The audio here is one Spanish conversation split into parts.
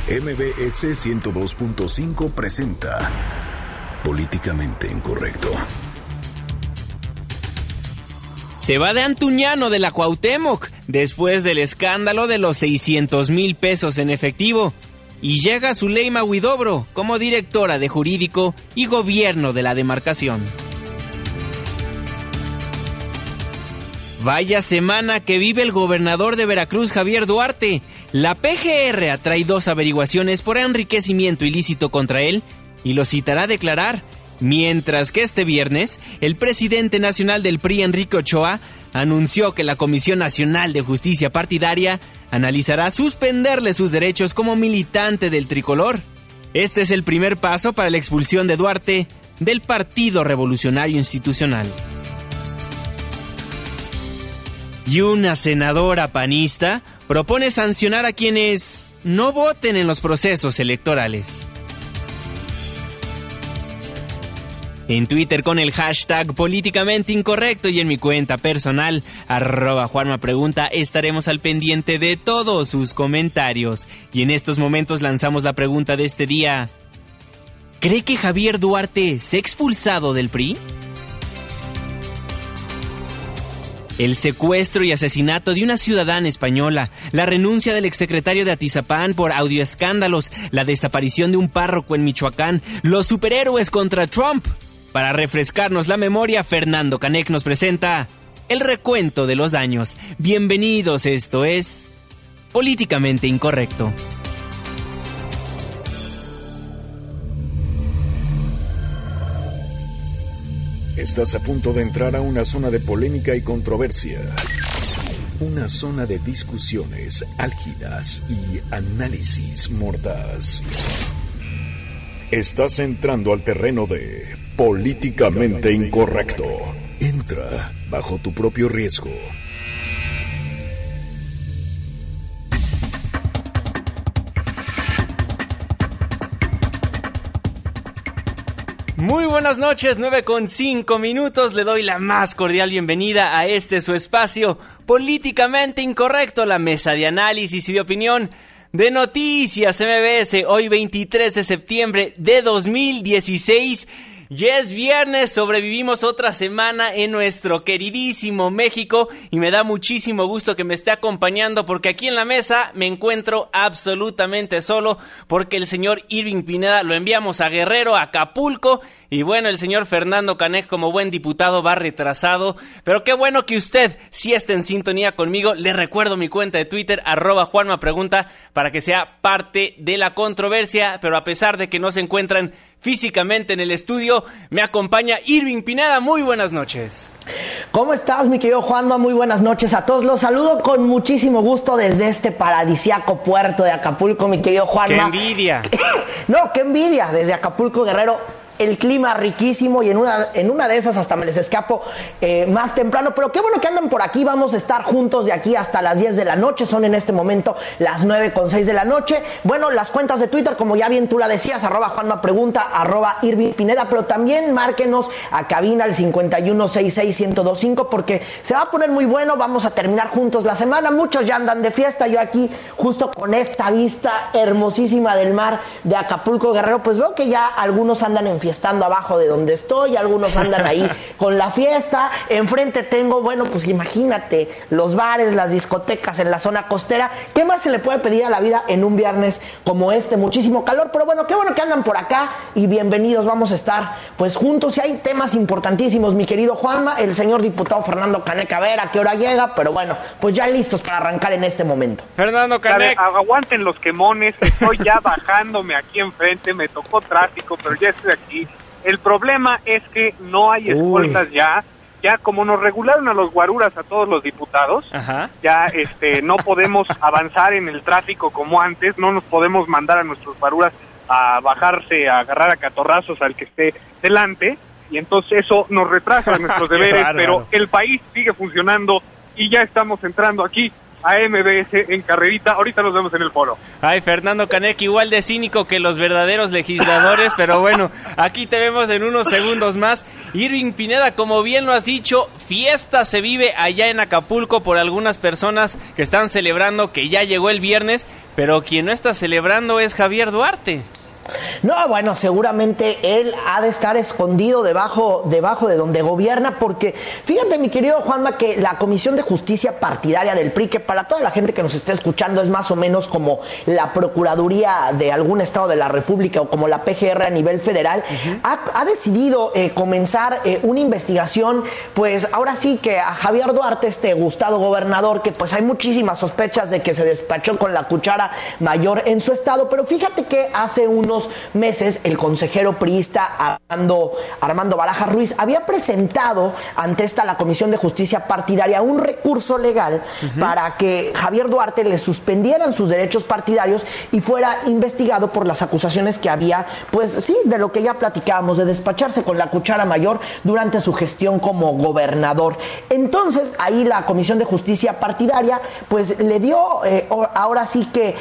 MBS 102.5 presenta Políticamente Incorrecto. Se va de Antuñano de la Cuauhtémoc después del escándalo de los 600,000 pesos en efectivo. Y llega Zuleima Huidobro como directora de Jurídico y Gobierno de la demarcación. Vaya semana que vive el gobernador de Veracruz, Javier Duarte. La PGR atrae 2 averiguaciones por enriquecimiento ilícito contra él y lo citará a declarar. Mientras que este viernes, el presidente nacional del PRI, Enrique Ochoa, anunció que la Comisión Nacional de Justicia Partidaria analizará suspenderle sus derechos como militante del tricolor. Este es el primer paso para la expulsión de Duarte del Partido Revolucionario Institucional. Y una senadora panista propone sancionar a quienes no voten en los procesos electorales. En Twitter con el hashtag Políticamente Incorrecto y en mi cuenta personal, @JuanmaPregunta, estaremos al pendiente de todos sus comentarios. Y en estos momentos lanzamos la pregunta de este día. ¿Cree que Javier Duarte se ha expulsado del PRI? El secuestro y asesinato de una ciudadana española, la renuncia del exsecretario de Atizapán por audioescándalos, la desaparición de un párroco en Michoacán, los superhéroes contra Trump. Para refrescarnos la memoria, Fernando Canek nos presenta el recuento de los daños. Bienvenidos, esto es Políticamente Incorrecto. Estás a punto de entrar a una zona de polémica y controversia. Una zona de discusiones álgidas y análisis mordaz. Estás entrando al terreno de Políticamente Incorrecto. Entra bajo tu propio riesgo. Muy buenas noches, 9:05. Le doy la más cordial bienvenida a su espacio Políticamente Incorrecto, la mesa de análisis y de opinión de Noticias MBS. Hoy 23 de septiembre de 2016. Ya es viernes, sobrevivimos otra semana en nuestro queridísimo México y me da muchísimo gusto que me esté acompañando porque aquí en la mesa me encuentro absolutamente solo porque el señor Irving Pineda lo enviamos a Guerrero, a Acapulco y bueno, el señor Fernando Canek como buen diputado va retrasado, pero qué bueno que usted sí está en sintonía conmigo. Le recuerdo mi cuenta de Twitter, @JuanmaPregunta, para que sea parte de la controversia, pero a pesar de que no se encuentran físicamente en el estudio, me acompaña Irving Pineda. Muy buenas noches. ¿Cómo estás, mi querido Juanma? Muy buenas noches a todos. Los saludo con muchísimo gusto desde este paradisíaco puerto de Acapulco, mi querido Juanma. ¡Qué envidia! No, qué envidia. Desde Acapulco, Guerrero, el clima riquísimo y en una de esas hasta me les escapo más temprano, pero qué bueno que andan por aquí. Vamos a estar juntos de aquí hasta las 10 de la noche, son en este momento las 9:06 de la noche. Bueno, las cuentas de Twitter, como ya bien tú la decías, @JuanmaPregunta, @Irving Pineda, pero también márquenos a cabina al 51661025 porque se va a poner muy bueno. Vamos a terminar juntos la semana, muchos ya andan de fiesta, yo aquí justo con esta vista hermosísima del mar de Acapulco, Guerrero, pues veo que ya algunos andan en fiesta estando abajo de donde estoy, algunos andan ahí con la fiesta. Enfrente tengo, bueno, pues imagínate, los bares, las discotecas en la zona costera. ¿Qué más se le puede pedir a la vida en un viernes como este? Muchísimo calor, pero bueno, qué bueno que andan por acá y bienvenidos. Vamos a estar pues juntos y hay temas importantísimos, mi querido Juanma, el señor diputado Fernando Canek, a ver a qué hora llega, pero bueno, pues ya listos para arrancar en este momento. Fernando Canek. Aguanten los quemones, estoy ya bajándome aquí enfrente, me tocó tráfico, pero ya estoy aquí. El problema es que no hay escoltas ya como nos regularon a los guaruras a todos los diputados. Ajá. Ya no podemos avanzar en el tráfico como antes, no nos podemos mandar a nuestros guaruras a bajarse, a agarrar a catorrazos al que esté delante, y entonces eso nos retrasa nuestros deberes, pero el país sigue funcionando y ya estamos entrando aquí a MBS en Carrerita. Ahorita nos vemos en el foro. Ay, Fernando Canek, igual de cínico que los verdaderos legisladores, pero bueno, aquí te vemos en unos segundos más. Irving Pineda, como bien lo has dicho, fiesta se vive allá en Acapulco por algunas personas que están celebrando que ya llegó el viernes, pero quien no está celebrando es Javier Duarte. No, bueno, seguramente él ha de estar escondido debajo de donde gobierna, porque fíjate, mi querido Juanma, que la Comisión de Justicia Partidaria del PRI, que para toda la gente que nos esté escuchando es más o menos como la Procuraduría de algún estado de la República o como la PGR a nivel federal, ha decidido comenzar una investigación, pues ahora sí que a Javier Duarte, este gustado gobernador, que pues hay muchísimas sospechas de que se despachó con la cuchara mayor en su estado, pero fíjate que hace unos meses el consejero priista Armando Barajas Ruiz había presentado ante la Comisión de Justicia Partidaria un recurso legal para que Javier Duarte le suspendieran sus derechos partidarios y fuera investigado por las acusaciones que había, pues sí, de lo que ya platicábamos, de despacharse con la cuchara mayor durante su gestión como gobernador. Entonces ahí la Comisión de Justicia Partidaria pues le dio ahora sí que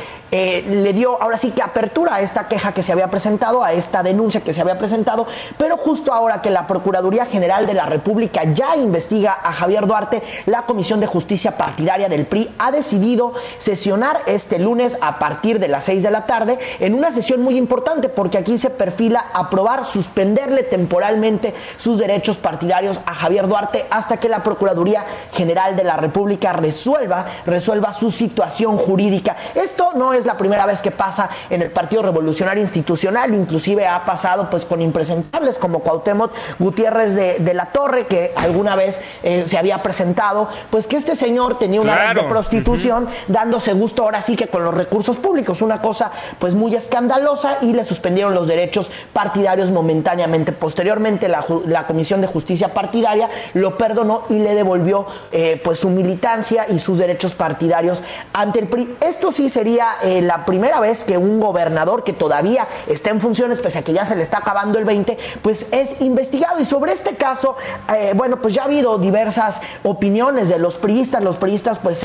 apertura a esta queja que se había presentado, a esta denuncia que se había presentado, pero justo ahora que la Procuraduría General de la República ya investiga a Javier Duarte, la Comisión de Justicia Partidaria del PRI ha decidido sesionar este lunes a partir de las 6 de la tarde en una sesión muy importante, porque aquí se perfila aprobar suspenderle temporalmente sus derechos partidarios a Javier Duarte hasta que la Procuraduría General de la República resuelva su situación jurídica. Esto no es la primera vez que pasa en el Partido Revolucionario Institucional, inclusive ha pasado pues con impresentables como Cuauhtémoc Gutiérrez de la Torre, que alguna vez se había presentado, pues que este señor tenía una red de prostitución, dándose gusto ahora sí que con los recursos públicos, una cosa pues muy escandalosa, y le suspendieron los derechos partidarios momentáneamente. Posteriormente la Comisión de Justicia Partidaria lo perdonó y le devolvió pues su militancia y sus derechos partidarios ante el PRI. Esto sí sería la primera vez que un gobernador que todavía está en funciones, pese a que ya se le está acabando el 20, pues es investigado. Y sobre este caso, bueno, pues ya ha habido diversas opiniones de los priistas. Los priistas pues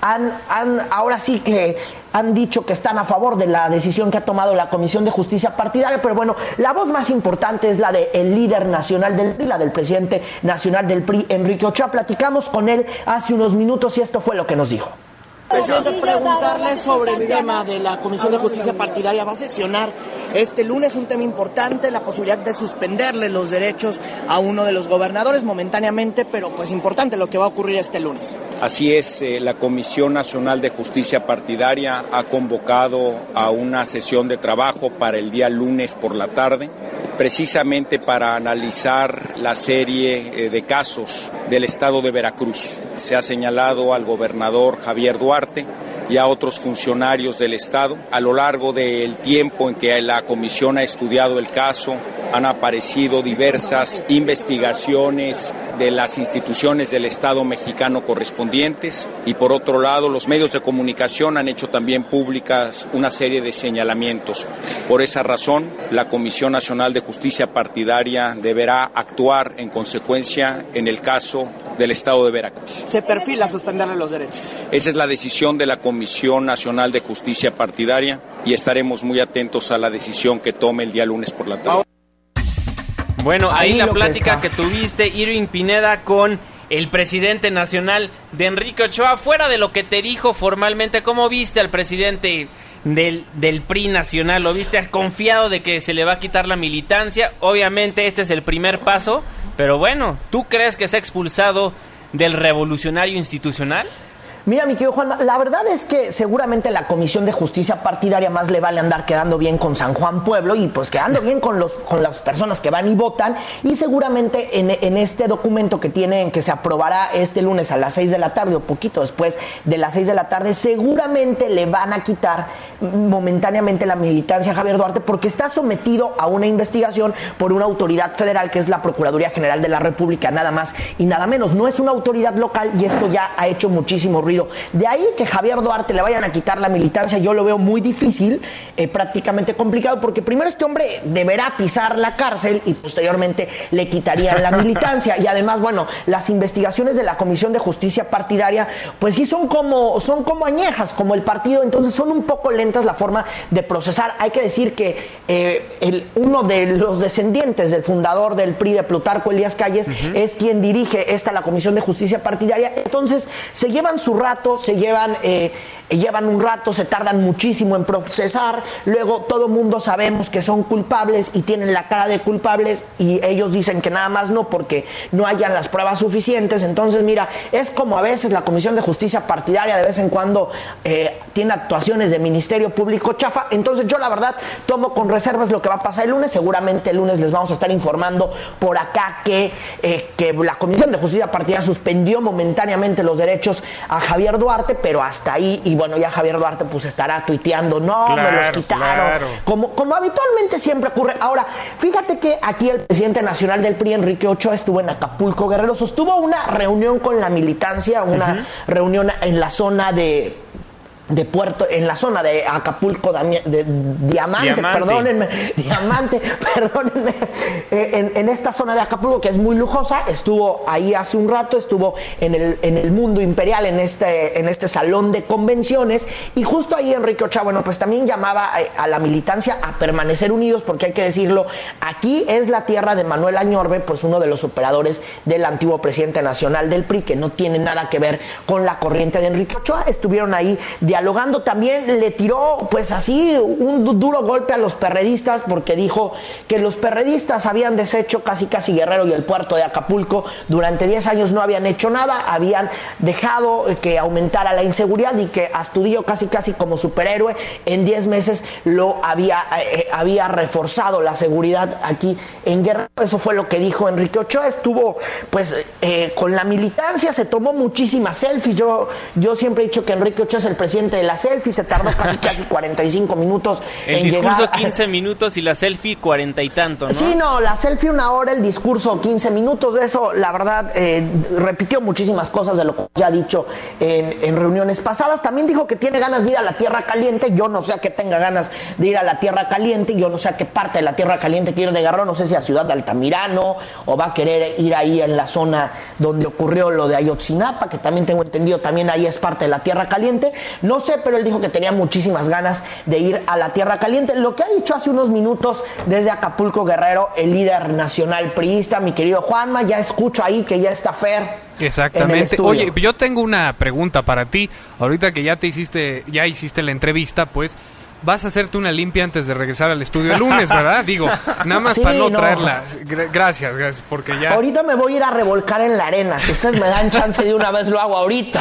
ahora sí que han dicho que están a favor de la decisión que ha tomado la Comisión de Justicia Partidaria, pero bueno, la voz más importante es la del líder nacional del PRI, la del presidente nacional del PRI, Enrique Ochoa. Platicamos con él hace unos minutos y esto fue lo que nos dijo. Presidente, preguntarle sobre el tema de la Comisión de Justicia Partidaria. Va a sesionar este lunes un tema importante, la posibilidad de suspenderle los derechos a uno de los gobernadores momentáneamente, pero pues importante lo que va a ocurrir este lunes. Así es, la Comisión Nacional de Justicia Partidaria ha convocado a una sesión de trabajo para el día lunes por la tarde, precisamente para analizar la serie de casos del estado de Veracruz. Se ha señalado al gobernador Javier Duarte y a otros funcionarios del Estado. A lo largo del tiempo en que la comisión ha estudiado el caso, han aparecido diversas investigaciones de las instituciones del Estado mexicano correspondientes, y por otro lado los medios de comunicación han hecho también públicas una serie de señalamientos. Por esa razón, la Comisión Nacional de Justicia Partidaria deberá actuar en consecuencia en el caso del Estado de Veracruz. ¿Se perfila suspenderle los derechos? Esa es la decisión de la Comisión Nacional de Justicia Partidaria y estaremos muy atentos a la decisión que tome el día lunes por la tarde. Bueno, ahí la plática que tuviste, Irving Pineda, con el presidente nacional de Enrique Ochoa. Fuera de lo que te dijo formalmente, ¿cómo viste al presidente del PRI nacional? ¿Lo viste confiado de que se le va a quitar la militancia? Obviamente este es el primer paso, pero bueno, ¿tú crees que se ha expulsado del Revolucionario Institucional? Mira, mi querido Juan, la verdad es que seguramente la Comisión de Justicia Partidaria más le vale andar quedando bien con San Juan Pueblo y pues quedando bien con las personas que van y votan, y seguramente en este documento que se aprobará este lunes a las 6 de la tarde o poquito después de las 6 de la tarde, seguramente le van a quitar momentáneamente la militancia a Javier Duarte, porque está sometido a una investigación por una autoridad federal que es la Procuraduría General de la República, nada más y nada menos. No es una autoridad local, y esto ya ha hecho muchísimo ruido ocurrido. De ahí que Javier Duarte le vayan a quitar la militancia, yo lo veo muy difícil, prácticamente complicado, porque primero este hombre deberá pisar la cárcel y posteriormente le quitarían la militancia. Y además, bueno, las investigaciones de la Comisión de Justicia Partidaria, pues sí son como añejas, como el partido, entonces son un poco lentas la forma de procesar. Hay que decir que uno de los descendientes del fundador del PRI, de Plutarco Elías Calles, es quien dirige la Comisión de Justicia Partidaria. Entonces se llevan su rato, llevan un rato, se tardan muchísimo en procesar, luego todo mundo sabemos que son culpables y tienen la cara de culpables y ellos dicen que nada más no porque no hayan las pruebas suficientes. Entonces mira, es como a veces la Comisión de Justicia Partidaria de vez en cuando tiene actuaciones de Ministerio Público chafa. Entonces yo la verdad tomo con reservas lo que va a pasar el lunes. Seguramente el lunes les vamos a estar informando por acá que la Comisión de Justicia Partidaria suspendió momentáneamente los derechos a Javier Duarte, pero hasta ahí. Y bueno, ya Javier Duarte pues estará tuiteando, me los quitaron, como habitualmente siempre ocurre. Ahora, fíjate que aquí el presidente nacional del PRI, Enrique Ochoa, estuvo en Acapulco, Guerrero, sostuvo una reunión con la militancia, una reunión en la zona de Puerto, en la zona de Acapulco, Diamante, perdónenme, en esta zona de Acapulco que es muy lujosa. Estuvo ahí hace un rato, estuvo en el Mundo Imperial, en este salón de convenciones, y justo ahí Enrique Ochoa, bueno, pues también llamaba a la militancia a permanecer unidos, porque hay que decirlo, aquí es la tierra de Manuel Añorbe, pues uno de los operadores del antiguo presidente nacional del PRI, que no tiene nada que ver con la corriente de Enrique Ochoa. Estuvieron ahí dialogando. También le tiró pues así un duro golpe a los perredistas, porque dijo que los perredistas habían deshecho casi Guerrero y el puerto de Acapulco. Durante 10 años no habían hecho nada, habían dejado que aumentara la inseguridad, y que Astudillo casi como superhéroe en 10 meses lo había reforzado la seguridad aquí en Guerrero. Eso fue lo que dijo Enrique Ochoa. Estuvo pues con la militancia, se tomó muchísimas selfies. Yo siempre he dicho que Enrique Ochoa es el presidente de la selfie. Se tardó casi 45 minutos el discurso 15 minutos y la selfie 40 y tanto, ¿no? Sí, no, la selfie 1 hora, el discurso 15 minutos. De eso, la verdad, repitió muchísimas cosas de lo que ya ha dicho en reuniones pasadas. También dijo que tiene ganas de ir a la Tierra Caliente. Yo no sé a qué tenga ganas de ir a la Tierra Caliente, yo no sé a qué parte de la Tierra Caliente quiere ir de Guerrero, no sé si a Ciudad de Altamirano o va a querer ir ahí en la zona donde ocurrió lo de Ayotzinapa, que también tengo entendido, también ahí es parte de la Tierra Caliente. No sé, pero él dijo que tenía muchísimas ganas de ir a la Tierra Caliente. Lo que ha dicho hace unos minutos desde Acapulco, Guerrero, el líder nacional priista, mi querido Juanma, ya escucho ahí que ya está Fer. Exactamente. Oye, yo tengo una pregunta para ti. Ahorita que ya hiciste la entrevista, pues vas a hacerte una limpia antes de regresar al estudio el lunes, ¿verdad? Digo, nada más para no traerla. Gracias, porque ya... Ahorita me voy a ir a revolcar en la arena. Si ustedes me dan chance de una vez, lo hago ahorita.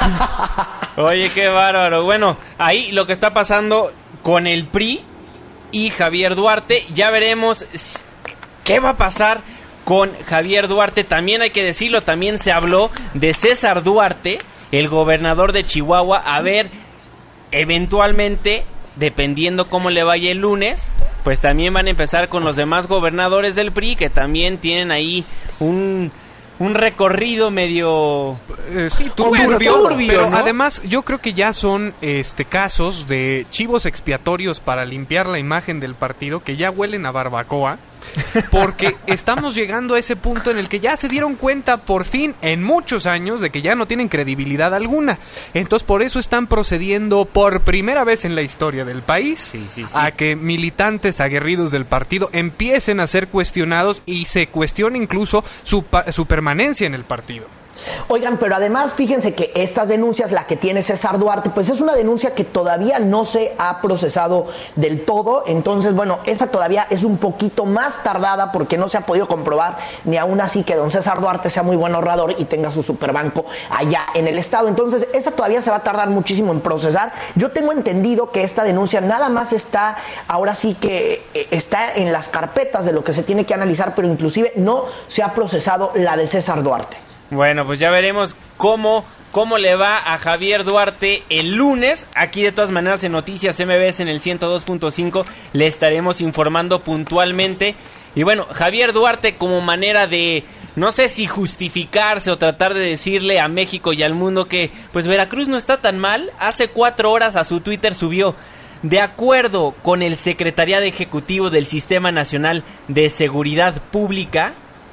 Oye, qué bárbaro. Bueno, ahí lo que está pasando con el PRI y Javier Duarte, ya veremos qué va a pasar con Javier Duarte. También hay que decirlo, también se habló de César Duarte, el gobernador de Chihuahua. A ver, eventualmente, dependiendo cómo le vaya el lunes, pues también van a empezar con los demás gobernadores del PRI, que también tienen ahí un recorrido medio turbio, pero ¿no? Además yo creo que ya son casos de chivos expiatorios para limpiar la imagen del partido, que ya huelen a barbacoa, porque estamos llegando a ese punto en el que ya se dieron cuenta por fin en muchos años de que ya no tienen credibilidad alguna. Entonces por eso están procediendo por primera vez en la historia del país a que militantes aguerridos del partido empiecen a ser cuestionados y se cuestione incluso su permanencia en el partido. Oigan, pero además fíjense que estas denuncias, la que tiene César Duarte, pues es una denuncia que todavía no se ha procesado del todo. Entonces, bueno, esa todavía es un poquito más tardada porque no se ha podido comprobar ni aún así que don César Duarte sea muy buen ahorrador y tenga su superbanco allá en el estado. Entonces, esa todavía se va a tardar muchísimo en procesar. Yo tengo entendido que esta denuncia nada más está, ahora sí que está en las carpetas de lo que se tiene que analizar, pero inclusive no se ha procesado la de César Duarte. Bueno, pues ya veremos cómo le va a Javier Duarte el lunes. Aquí de todas maneras en Noticias MBS en el 102.5 le estaremos informando puntualmente. Y bueno, Javier Duarte, como manera de no sé si justificarse o tratar de decirle a México y al mundo que pues Veracruz no está tan mal. Hace 4 horas a su Twitter subió: de acuerdo con el Secretariado Ejecutivo del Sistema Nacional de Seguridad Pública,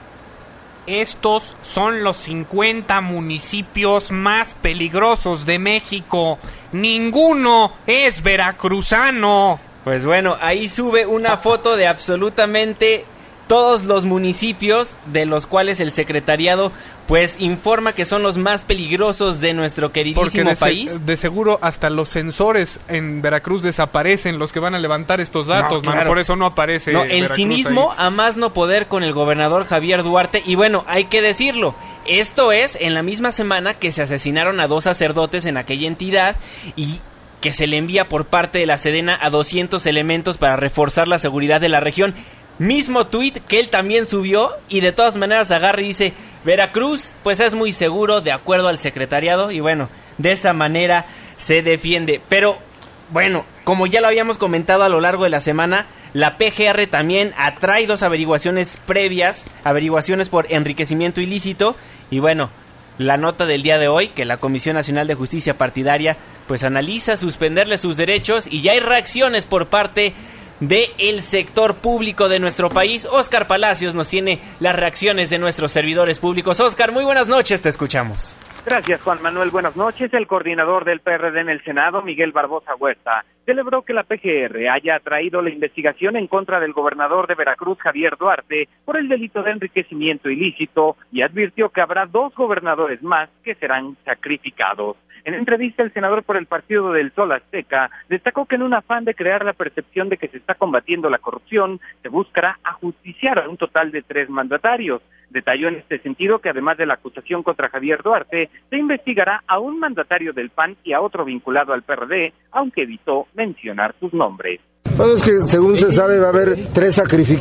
estos son los 50 municipios más peligrosos de México. Ninguno es veracruzano. Pues bueno, ahí sube una foto de absolutamente todos los municipios de los cuales el secretariado pues informa que son los más peligrosos de nuestro queridísimo país. De seguro hasta los sensores en Veracruz desaparecen, los que van a levantar estos datos, claro. Por eso no aparece No, el Veracruz cinismo ahí. a más no poder con el gobernador Javier Duarte. Y bueno, hay que decirlo, esto es en la misma semana que se asesinaron a 2 sacerdotes en aquella entidad y que se le envía por parte de la Sedena a 200 elementos para reforzar la seguridad de la región. Mismo tuit que él también subió y de todas maneras agarra y dice: Veracruz pues es muy seguro de acuerdo al secretariado, y bueno, de esa manera se defiende. Pero bueno, como ya lo habíamos comentado a lo largo de la semana, la PGR también atrae 2 averiguaciones previas, averiguaciones por enriquecimiento ilícito, y bueno, la nota del día de hoy, que la Comisión Nacional de Justicia Partidaria pues analiza suspenderle sus derechos, y ya hay reacciones por parte del sector público de nuestro país. Óscar Palacios nos tiene las reacciones de nuestros servidores públicos. Óscar, muy buenas noches, te escuchamos. Gracias, Juan Manuel. Buenas noches. El coordinador del PRD en el Senado, Miguel Barbosa Huerta, celebró que la PGR haya atraído la investigación en contra del gobernador de Veracruz, Javier Duarte, por el delito de enriquecimiento ilícito, y advirtió que habrá 2 gobernadores más que serán sacrificados. En entrevista, el senador por el Partido del Sol Azteca destacó que en un afán de crear la percepción de que se está combatiendo la corrupción, se buscará ajusticiar a un total de 3 mandatarios. Detalló en este sentido que además de la acusación contra Javier Duarte, se investigará a un mandatario del PAN y a otro vinculado al PRD, aunque evitó mencionar sus nombres. Bueno, es que según se sabe va a haber 3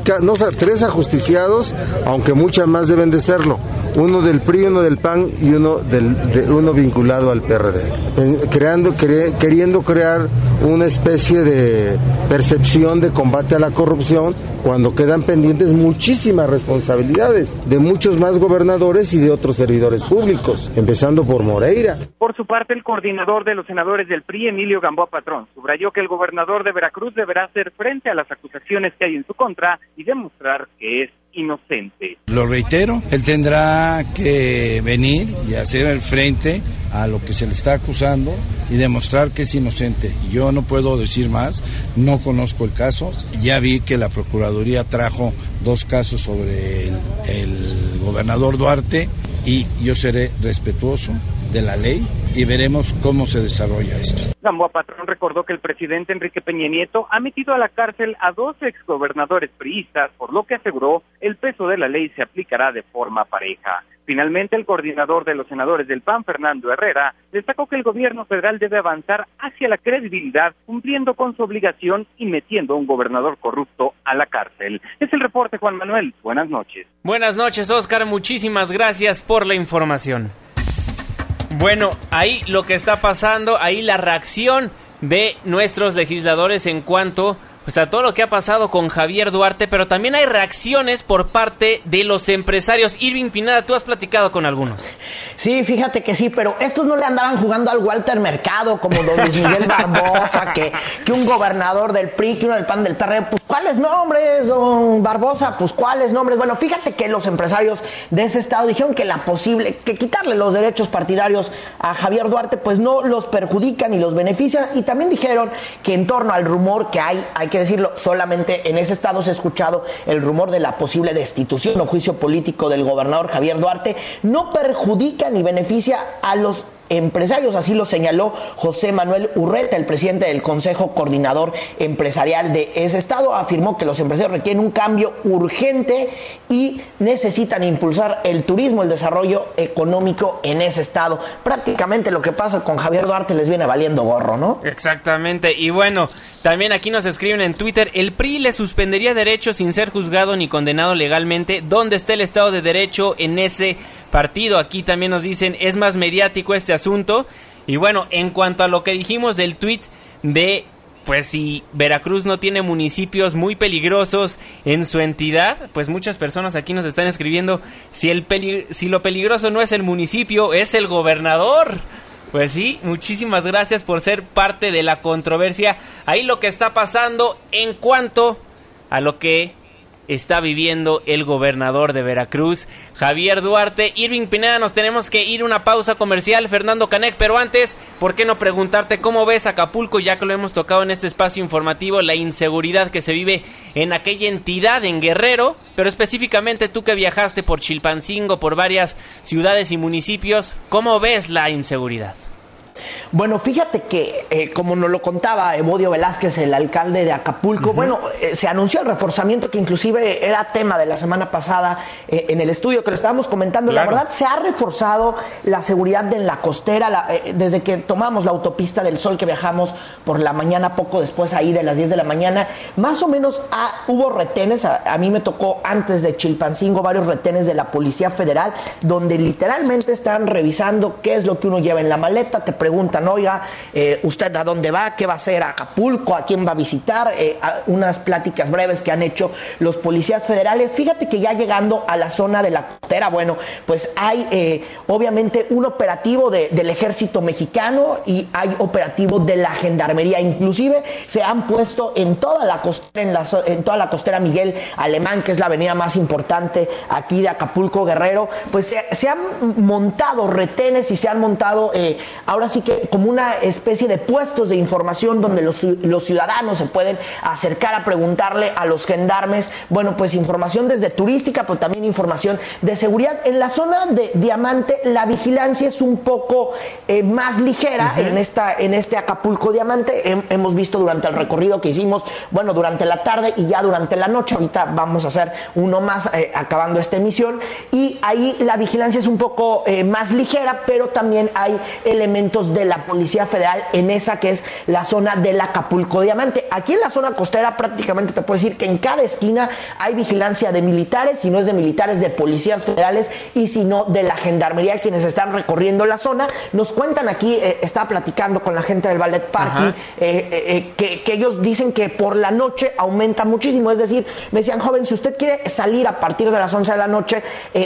ajusticiados, aunque muchas más deben de serlo. Uno del PRI, uno del PAN y uno vinculado al PRD. Queriendo crear una especie de percepción de combate a la corrupción, cuando quedan pendientes muchísimas responsabilidades de muchos más gobernadores y de otros servidores públicos, empezando por Moreira. Por su parte, el coordinador de los senadores del PRI, Emilio Gamboa Patrón, subrayó que el gobernador de Veracruz deberá hacer frente a las acusaciones que hay en su contra y demostrar que es inocente. Lo reitero, él tendrá que venir y hacer el frente a lo que se le está acusando y demostrar que es inocente. Yo no puedo decir más, no conozco el caso, ya vi que la Procuraduría trajo 2 casos sobre el gobernador Duarte y yo seré respetuoso de la ley y veremos cómo se desarrolla esto. Gamboa Patrón recordó que el presidente Enrique Peña Nieto ha metido a la cárcel a 2 exgobernadores priistas, por lo que aseguró el peso de la ley se aplicará de forma pareja. Finalmente, el coordinador de los senadores del PAN, Fernando Herrera, destacó que el gobierno federal debe avanzar hacia la credibilidad, cumpliendo con su obligación y metiendo a un gobernador corrupto a la cárcel. Es el reporte, Juan Manuel. Buenas noches. Buenas noches, Óscar. Muchísimas gracias por la información. Bueno, ahí lo que está pasando, ahí la reacción de nuestros legisladores en cuanto pues a todo lo que ha pasado con Javier Duarte, pero también hay reacciones por parte de los empresarios. Irving Pineda, tú has platicado con algunos. Sí, fíjate que sí, pero estos no le andaban jugando al Walter Mercado como don Luis Miguel Barbosa, que un gobernador del PRI, que uno del PAN, del PRD, pues ¿cuáles nombres, don Barbosa? Pues ¿cuáles nombres? Bueno, fíjate que los empresarios de ese estado dijeron que que quitarle los derechos partidarios a Javier Duarte, pues no los perjudica ni los beneficia, y también dijeron que en torno al rumor que hay que decirlo, solamente en ese estado se ha escuchado el rumor de la posible destitución o juicio político del gobernador Javier Duarte, no perjudica ni beneficia a los empresarios, así lo señaló José Manuel Urreta, el presidente del Consejo Coordinador Empresarial de ese estado. Afirmó que los empresarios requieren un cambio urgente y necesitan impulsar el turismo, el desarrollo económico en ese estado. Prácticamente lo que pasa con Javier Duarte les viene valiendo gorro, ¿no? Exactamente, y bueno, también aquí nos escriben en Twitter: el PRI le suspendería derechos sin ser juzgado ni condenado legalmente. ¿Dónde está el Estado de Derecho en ese partido? Aquí también nos dicen, es más mediático este asunto. Y bueno, en cuanto a lo que dijimos del tuit de pues si Veracruz no tiene municipios muy peligrosos en su entidad, pues muchas personas aquí nos están escribiendo si lo peligroso no es el municipio, es el gobernador. Pues sí, muchísimas gracias por ser parte de la controversia. Ahí lo que está pasando en cuanto a lo que está viviendo el gobernador de Veracruz, Javier Duarte. Irving Pineda, nos tenemos que ir a una pausa comercial, Fernando Canek, pero antes, ¿por qué no preguntarte cómo ves Acapulco, ya que lo hemos tocado en este espacio informativo, la inseguridad que se vive en aquella entidad, en Guerrero, pero específicamente tú que viajaste por Chilpancingo, por varias ciudades y municipios, ¿cómo ves la inseguridad? Bueno, fíjate que, como nos lo contaba Evodio Velázquez, el alcalde de Acapulco, se anunció el reforzamiento que inclusive era tema de la semana pasada en el estudio que lo estábamos comentando. Claro. La verdad, se ha reforzado la seguridad en la costera, desde que tomamos la autopista del Sol, que viajamos por la mañana, poco después ahí de las 10 de la mañana, más o menos hubo retenes, a mí me tocó antes de Chilpancingo varios retenes de la Policía Federal, donde literalmente están revisando qué es lo que uno lleva en la maleta, te preguntan, oiga, ¿usted a dónde va? ¿Qué va a hacer a Acapulco? ¿A quién va a visitar? Unas pláticas breves que han hecho los policías federales. Fíjate que ya llegando a la zona de la costera, bueno, pues hay obviamente un operativo del ejército mexicano y hay operativo de la gendarmería. Inclusive se han puesto en toda la costera, en toda la costera Miguel Alemán, que es la avenida más importante aquí de Acapulco, Guerrero, pues se han montado retenes y se han montado ahora sí que como una especie de puestos de información donde los ciudadanos se pueden acercar a preguntarle a los gendarmes, bueno, pues información desde turística, pero también información de seguridad. En la zona de Diamante la vigilancia es un poco más ligera en este Acapulco Diamante. Hemos visto durante el recorrido que hicimos, bueno, durante la tarde y ya durante la noche, ahorita vamos a hacer uno más acabando esta emisión, y ahí la vigilancia es un poco más ligera, pero también hay elementos de la Policía Federal en esa que es la zona del Acapulco Diamante. Aquí en la zona costera prácticamente te puedo decir que en cada esquina hay vigilancia de militares, si no es de militares, de policías federales, y si no de la gendarmería, quienes están recorriendo la zona. Nos cuentan aquí, estaba platicando con la gente del Ballet Parking, que ellos dicen que por la noche aumenta muchísimo, es decir, me decían, joven, si usted quiere salir a partir de las 11 de la noche,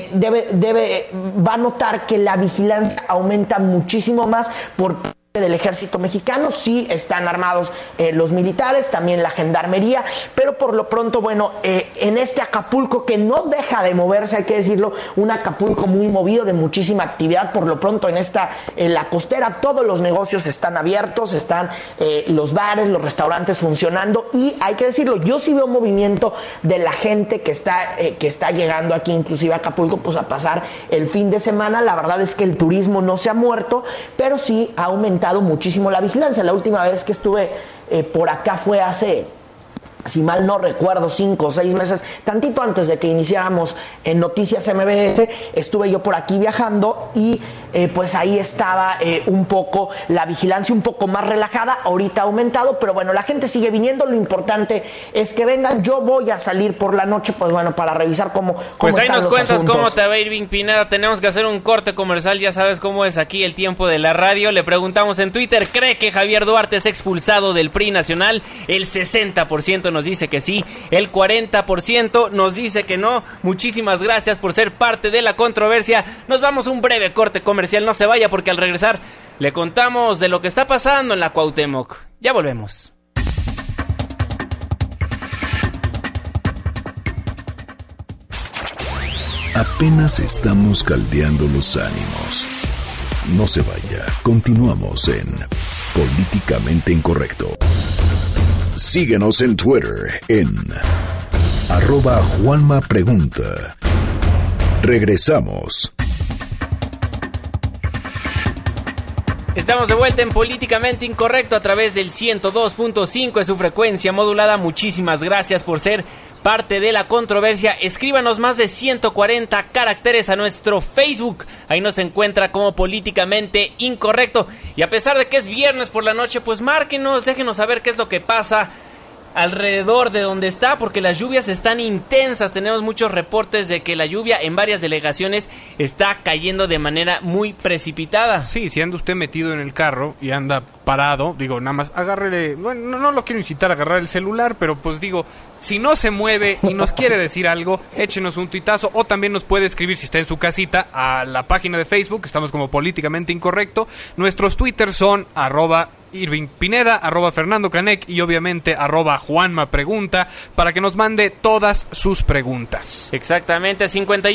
va a notar que la vigilancia aumenta muchísimo más por del ejército mexicano. Sí están armados los militares, también la gendarmería, pero por lo pronto, bueno, en este Acapulco que no deja de moverse, hay que decirlo, un Acapulco muy movido, de muchísima actividad. Por lo pronto en la costera todos los negocios están abiertos, están los bares, los restaurantes funcionando, y hay que decirlo, yo sí veo movimiento de la gente que está llegando aquí, inclusive a Acapulco, pues a pasar el fin de semana. La verdad es que el turismo no se ha muerto, pero sí ha aumentado muchísimo la vigilancia. La última vez que estuve por acá fue hace, si mal no recuerdo, 5 o 6 meses, tantito antes de que iniciáramos en Noticias MBS, estuve yo por aquí viajando y pues ahí estaba un poco la vigilancia un poco más relajada. Ahorita ha aumentado, pero bueno, la gente sigue viniendo. Lo importante es que vengan. Yo voy a salir por la noche, pues bueno, para revisar cómo pues ahí están nos los cuentas asuntos. Cómo te va, Irving Pineda. Tenemos que hacer un corte comercial, ya sabes cómo es aquí el tiempo de la radio. Le preguntamos en Twitter, ¿cree que Javier Duarte es expulsado del PRI nacional? El 60% nos dice que sí, el 40% nos dice que no. Muchísimas gracias por ser parte de la controversia. Nos vamos a un breve corte comercial, no se vaya, porque al regresar le contamos de lo que está pasando en la Cuauhtémoc. Ya volvemos. Apenas estamos caldeando los ánimos. No se vaya, continuamos en Políticamente Incorrecto. Síguenos en Twitter en @JuanmaPregunta. Regresamos. Estamos de vuelta en Políticamente Incorrecto a través del 102.5 de su frecuencia modulada. Muchísimas gracias por ser parte de la controversia. Escríbanos más de 140 caracteres a nuestro Facebook. Ahí nos encuentra como Políticamente Incorrecto. Y a pesar de que es viernes por la noche, pues márquenos, déjenos saber qué es lo que pasa alrededor de donde está, porque las lluvias están intensas. Tenemos muchos reportes de que la lluvia en varias delegaciones está cayendo de manera muy precipitada. Sí, si anda usted metido en el carro y anda parado, digo, nada más agárrele, bueno, no lo quiero incitar a agarrar el celular, pero pues digo, si no se mueve y nos quiere decir algo, échenos un tuitazo, o también nos puede escribir, si está en su casita, a la página de Facebook, estamos como Políticamente Incorrecto. Nuestros twitters son @Irving Pineda, @Fernando Canec y obviamente @Juanma Pregunta, para que nos mande todas sus preguntas. Exactamente,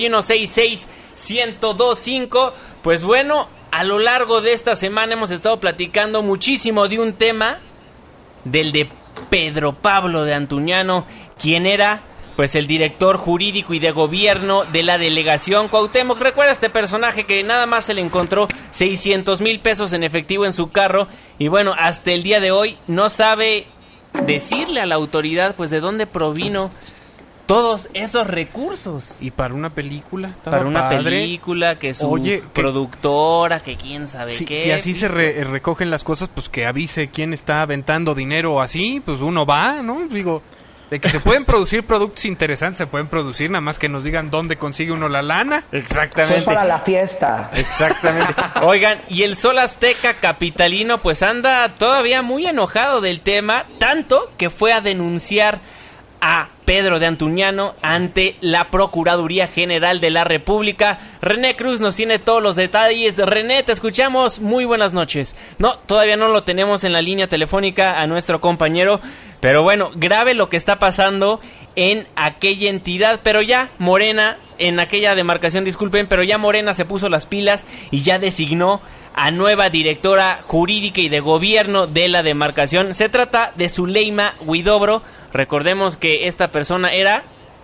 5166-1025. Pues bueno, a lo largo de esta semana hemos estado platicando muchísimo de un tema, del de Pedro Pablo de Antuñano, quien era pues el director jurídico y de gobierno de la delegación Cuauhtémoc. Recuerda este personaje que nada más se le encontró 600,000 pesos en efectivo en su carro, y bueno, hasta el día de hoy no sabe decirle a la autoridad pues de dónde provino todos esos recursos. Y para una película, para una película, que su productora, que quién sabe qué. Si así se recogen las cosas, pues que avise quién está aventando dinero así, pues uno va, ¿no? Digo, de que se pueden producir productos interesantes, se pueden producir, nada más que nos digan dónde consigue uno la lana. Exactamente. Es para la fiesta. Exactamente. Oigan, y el Sol Azteca capitalino pues anda todavía muy enojado del tema, tanto que fue a denunciar a Pedro de Antuñano ante la Procuraduría General de la República. René Cruz nos tiene todos los detalles. René, te escuchamos. Muy buenas noches. No, todavía no lo tenemos en la línea telefónica a nuestro compañero, pero bueno, grave lo que está pasando en aquella entidad, pero ya Morena, en aquella demarcación, disculpen, pero ya Morena se puso las pilas y ya designó a nueva directora jurídica y de gobierno de la demarcación. Se trata de Zuleima Huidobro. Recordemos que esta persona era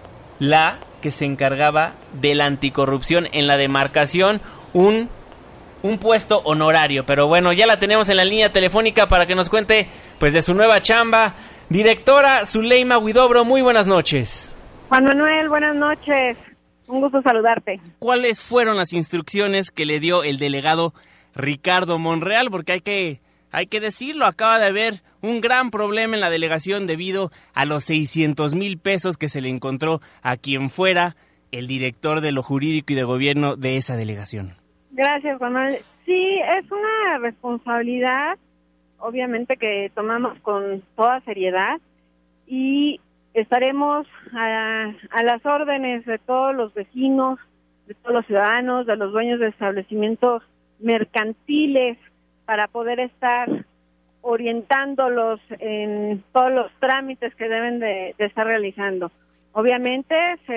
la que se encargaba de la anticorrupción en la demarcación, un puesto honorario. Pero bueno, ya la tenemos en la línea telefónica para que nos cuente pues de su nueva chamba. Directora Zuleima Huidobro, muy buenas noches. Juan Manuel, buenas noches. Un gusto saludarte. ¿Cuáles fueron las instrucciones que le dio el delegado Ricardo Monreal? Porque hay que decirlo, acaba de haber un gran problema en la delegación debido a los 600,000 pesos que se le encontró a quien fuera el director de lo jurídico y de gobierno de esa delegación. Gracias, Juan Manuel. Sí, es una responsabilidad, obviamente, que tomamos con toda seriedad y estaremos a las órdenes de todos los vecinos, de todos los ciudadanos, de los dueños de establecimientos mercantiles, para poder estar orientándolos en todos los trámites que deben de estar realizando. Obviamente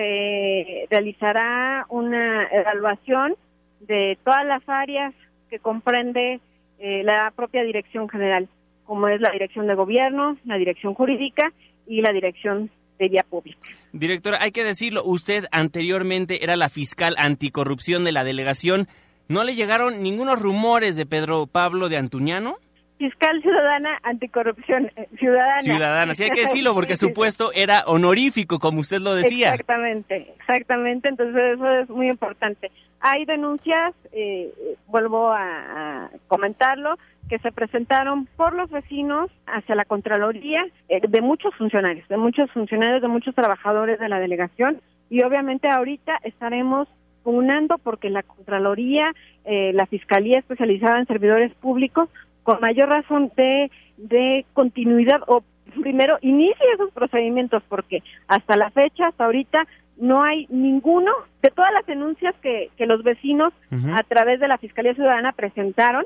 se realizará una evaluación de todas las áreas que comprende la propia Dirección General, como es la Dirección de Gobierno, la Dirección Jurídica y la Dirección de Vía Pública. Directora, hay que decirlo, usted anteriormente era la fiscal anticorrupción de la delegación. ¿No le llegaron ningunos rumores de Pedro Pablo de Antuñano? Fiscal ciudadana anticorrupción ciudadana. Ciudadana, sí hay que decirlo porque su puesto era honorífico, como usted lo decía. Exactamente, entonces eso es muy importante. Hay denuncias, vuelvo a comentarlo, que se presentaron por los vecinos hacia la Contraloría de muchos funcionarios, de muchos trabajadores de la delegación, y obviamente ahorita estaremos pugnando porque la Contraloría, la Fiscalía Especializada en Servidores Públicos, con mayor razón de continuidad, o primero inicie esos procedimientos, porque hasta la fecha, hasta ahorita, no hay ninguno de todas las denuncias que los vecinos a través de la Fiscalía Ciudadana presentaron,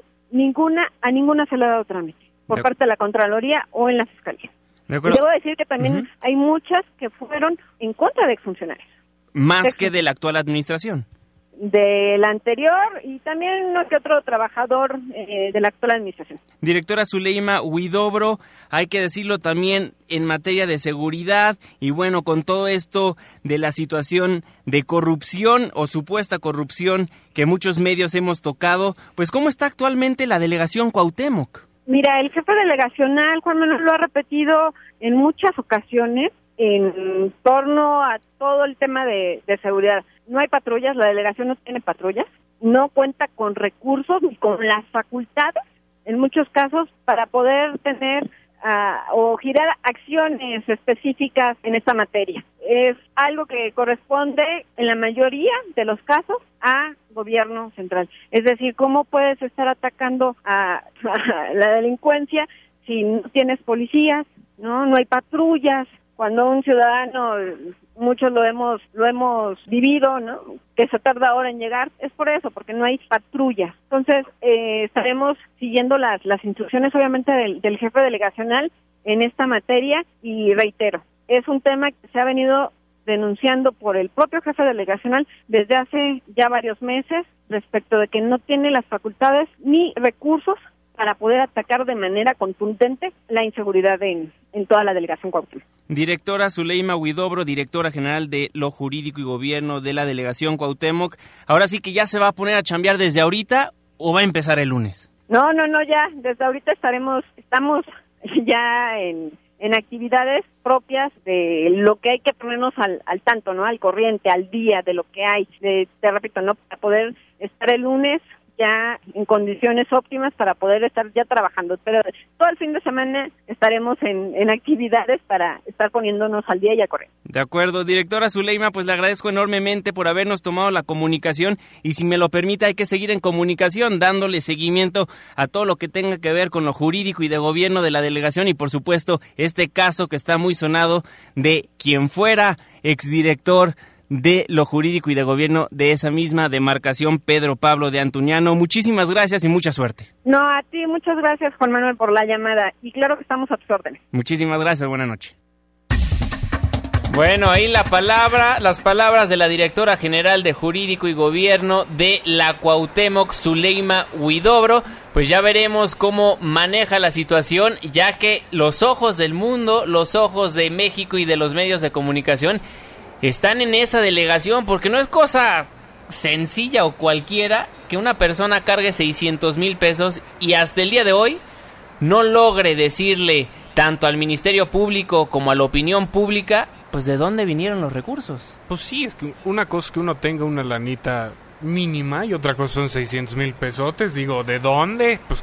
a ninguna se le ha dado trámite por parte de la Contraloría o en la Fiscalía. Y debo decir que también hay muchas que fueron en contra de exfuncionarios. Más que de la actual administración. De la anterior y también uno que otro trabajador de la actual administración. Directora Zuleima Huidobro, hay que decirlo también en materia de seguridad y bueno, con todo esto de la situación de corrupción o supuesta corrupción que muchos medios hemos tocado, pues ¿cómo está actualmente la delegación Cuauhtémoc? Mira, el jefe delegacional, Juan Manuel, lo ha repetido en muchas ocasiones en torno a todo el tema de seguridad. No hay patrullas, la delegación no tiene patrullas, no cuenta con recursos ni con las facultades, en muchos casos, para poder tener o girar acciones específicas en esta materia. Es algo que corresponde en la mayoría de los casos a gobierno central. Es decir, ¿cómo puedes estar atacando a la delincuencia si no tienes policías, no hay patrullas? Cuando un ciudadano, muchos lo hemos vivido, ¿no? Que se tarda ahora en llegar, es por eso, porque no hay patrulla. Entonces, estaremos siguiendo las instrucciones, obviamente, del jefe delegacional en esta materia, y reitero, es un tema que se ha venido denunciando por el propio jefe delegacional desde hace ya varios meses, respecto de que no tiene las facultades ni recursos para poder atacar de manera contundente la inseguridad en toda la delegación Cuauhtémoc. Directora Zuleima Huidobro, directora general de lo jurídico y gobierno de la delegación Cuauhtémoc, ahora sí que ya se va a poner a chambear desde ahorita, ¿o va a empezar el lunes? No, ya, desde ahorita estamos ya en actividades propias de lo que hay que ponernos al tanto, ¿no? Al corriente, al día de lo que hay, te repito, ¿no? Para poder estar el lunes ya en condiciones óptimas para poder estar ya trabajando, pero todo el fin de semana estaremos en actividades para estar poniéndonos al día y a correr. De acuerdo, directora Zuleima, pues le agradezco enormemente por habernos tomado la comunicación, y si me lo permite hay que seguir en comunicación, dándole seguimiento a todo lo que tenga que ver con lo jurídico y de gobierno de la delegación, y por supuesto este caso que está muy sonado de quien fuera exdirector de lo jurídico y de gobierno de esa misma demarcación, Pedro Pablo de Antuñano. Muchísimas gracias y mucha suerte. No, a ti muchas gracias, Juan Manuel, por la llamada, y claro que estamos a tus órdenes. Muchísimas gracias, buenas noches. Bueno, ahí las palabras de la directora general de Jurídico y Gobierno de la Cuauhtémoc, Zuleima Huidobro. Pues ya veremos cómo maneja la situación, ya que los ojos del mundo, los ojos de México y de los medios de comunicación están en esa delegación, porque no es cosa sencilla o cualquiera que una persona cargue 600,000 pesos y hasta el día de hoy no logre decirle tanto al Ministerio Público como a la opinión pública, pues de dónde vinieron los recursos. Pues sí, es que una cosa es que uno tenga una lanita mínima y otra cosa son 600,000 pesotes. Digo, ¿de dónde? Pues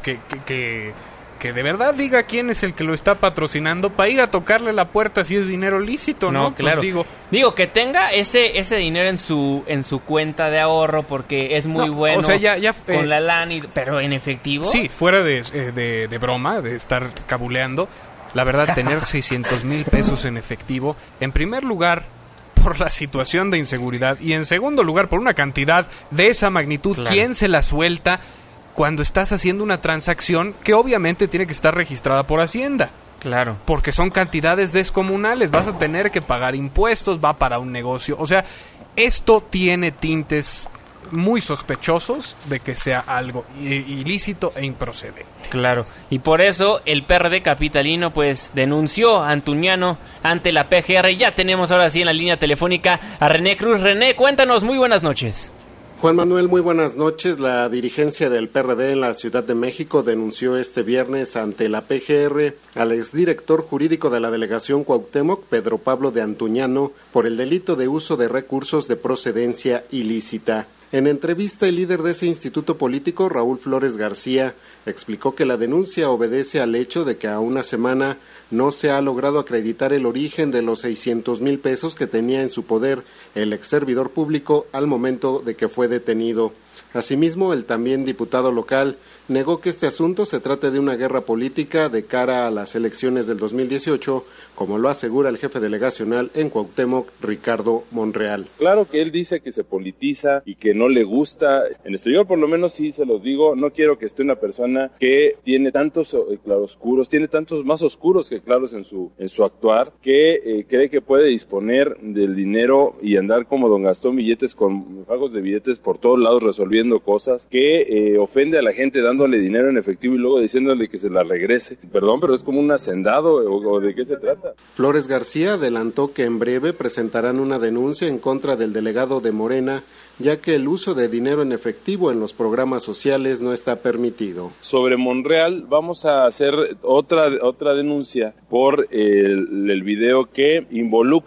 que de verdad diga quién es el que lo está patrocinando para ir a tocarle la puerta si es dinero lícito, ¿no? Claro. Pues digo que tenga ese dinero en su cuenta de ahorro, porque es muy bueno, o sea, ya con la lana, pero en efectivo. Sí, fuera de broma, de estar cabuleando, la verdad, tener 600,000 pesos en efectivo, en primer lugar, por la situación de inseguridad, y en segundo lugar, por una cantidad de esa magnitud, claro. ¿Quién se la suelta cuando estás haciendo una transacción que obviamente tiene que estar registrada por Hacienda? Claro. Porque son cantidades descomunales, vas a tener que pagar impuestos, va para un negocio. O sea, esto tiene tintes muy sospechosos de que sea algo ilícito e improcedente. Claro, y por eso el PRD capitalino pues denunció a Antuñano ante la PGR. Ya tenemos ahora sí en la línea telefónica a René Cruz. René, cuéntanos, muy buenas noches. Juan Manuel, muy buenas noches. La dirigencia del PRD en la Ciudad de México denunció este viernes ante la PGR al exdirector jurídico de la delegación Cuauhtémoc, Pedro Pablo de Antuñano, por el delito de uso de recursos de procedencia ilícita. En entrevista, el líder de ese instituto político, Raúl Flores García, explicó que la denuncia obedece al hecho de que a una semana no se ha logrado acreditar el origen de los 600,000 pesos que tenía en su poder el ex servidor público al momento de que fue detenido. Asimismo, el también diputado local negó que este asunto se trate de una guerra política de cara a las elecciones del 2018, como lo asegura el jefe delegacional en Cuauhtémoc, Ricardo Monreal. Claro que él dice que se politiza y que no le gusta. En esto yo por lo menos sí se los digo, no quiero que esté una persona que tiene tantos claroscuros, tiene tantos más oscuros que claros en su actuar, que cree que puede disponer del dinero y andar como don Gastón Billetes con fajos de billetes por todos lados resolviendo cosas, que ofende a la gente dándole dinero en efectivo y luego diciéndole que se la regrese. Perdón, pero es como un hacendado, o ¿de qué se trata? Flores García adelantó que en breve presentarán una denuncia en contra del delegado de Morena, ya que el uso de dinero en efectivo en los programas sociales no está permitido. Sobre Monreal vamos a hacer otra denuncia por el video que involucra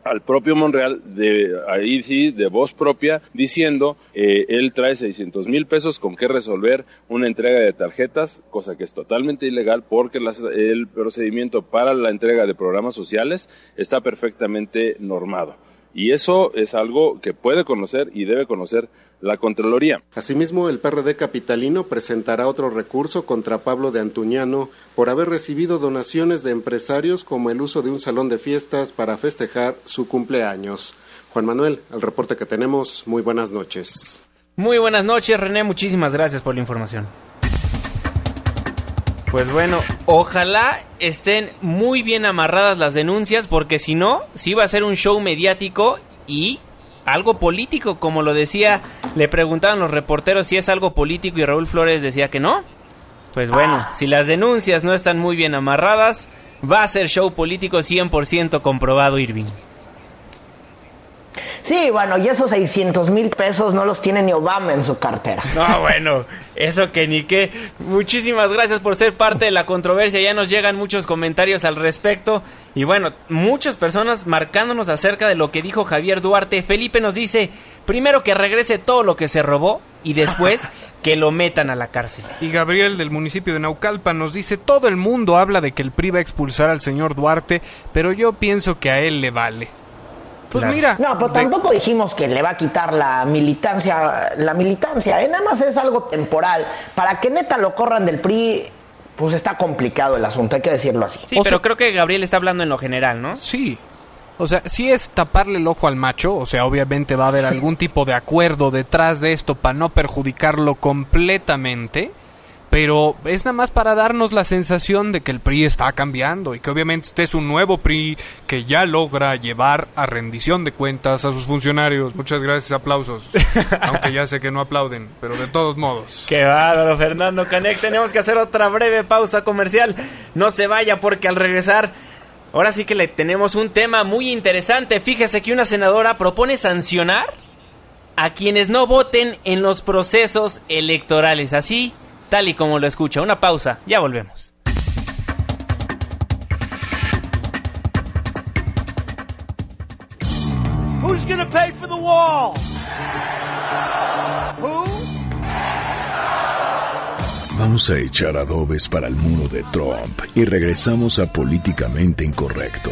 al propio Monreal, ahí sí, de voz propia, diciendo, él trae 600,000 pesos con qué resolver una entrega de tarjetas, cosa que es totalmente ilegal porque el procedimiento para la entrega de programas sociales está perfectamente normado. Y eso es algo que puede conocer y debe conocer la Contraloría. Asimismo, el PRD capitalino presentará otro recurso contra Pablo de Antuñano por haber recibido donaciones de empresarios como el uso de un salón de fiestas para festejar su cumpleaños. Juan Manuel, el reporte que tenemos, muy buenas noches. Muy buenas noches, René, muchísimas gracias por la información. Pues bueno, ojalá estén muy bien amarradas las denuncias, porque si no, sí va a ser un show mediático y algo político, como lo decía, le preguntaban los reporteros si es algo político y Raúl Flores decía que no. Pues bueno, si las denuncias no están muy bien amarradas, va a ser show político 100% comprobado, Irving. Sí, bueno, y esos 600,000 pesos no los tiene ni Obama en su cartera. No, bueno, eso que ni qué. Muchísimas gracias por ser parte de la controversia. Ya nos llegan muchos comentarios al respecto. Y bueno, muchas personas marcándonos acerca de lo que dijo Javier Duarte. Felipe nos dice, primero que regrese todo lo que se robó y después que lo metan a la cárcel. Y Gabriel del municipio de Naucalpan nos dice, todo el mundo habla de que el PRI va a expulsar al señor Duarte, pero yo pienso que a él le vale. Pues claro. Mira. No, pero tampoco dijimos que le va a quitar la militancia, nada más es algo temporal. Para que neta lo corran del PRI, pues está complicado el asunto, hay que decirlo así. Sí, pero creo que Gabriel está hablando en lo general, ¿no? Sí. O sea, sí es taparle el ojo al macho, o sea, obviamente va a haber algún tipo de acuerdo detrás de esto para no perjudicarlo completamente, pero es nada más para darnos la sensación de que el PRI está cambiando y que obviamente este es un nuevo PRI que ya logra llevar a rendición de cuentas a sus funcionarios. Muchas gracias, aplausos. Aunque ya sé que no aplauden, pero de todos modos. Qué bárbaro, Fernando Canek. Tenemos que hacer otra breve pausa comercial. No se vaya porque al regresar, ahora sí que le tenemos un tema muy interesante. Fíjese que una senadora propone sancionar a quienes no voten en los procesos electorales. Así, tal y como lo escucha. Una pausa, ya volvemos. Who's gonna pay for the wall? Who? Vamos a echar adobes para el muro de Trump y regresamos a Políticamente Incorrecto.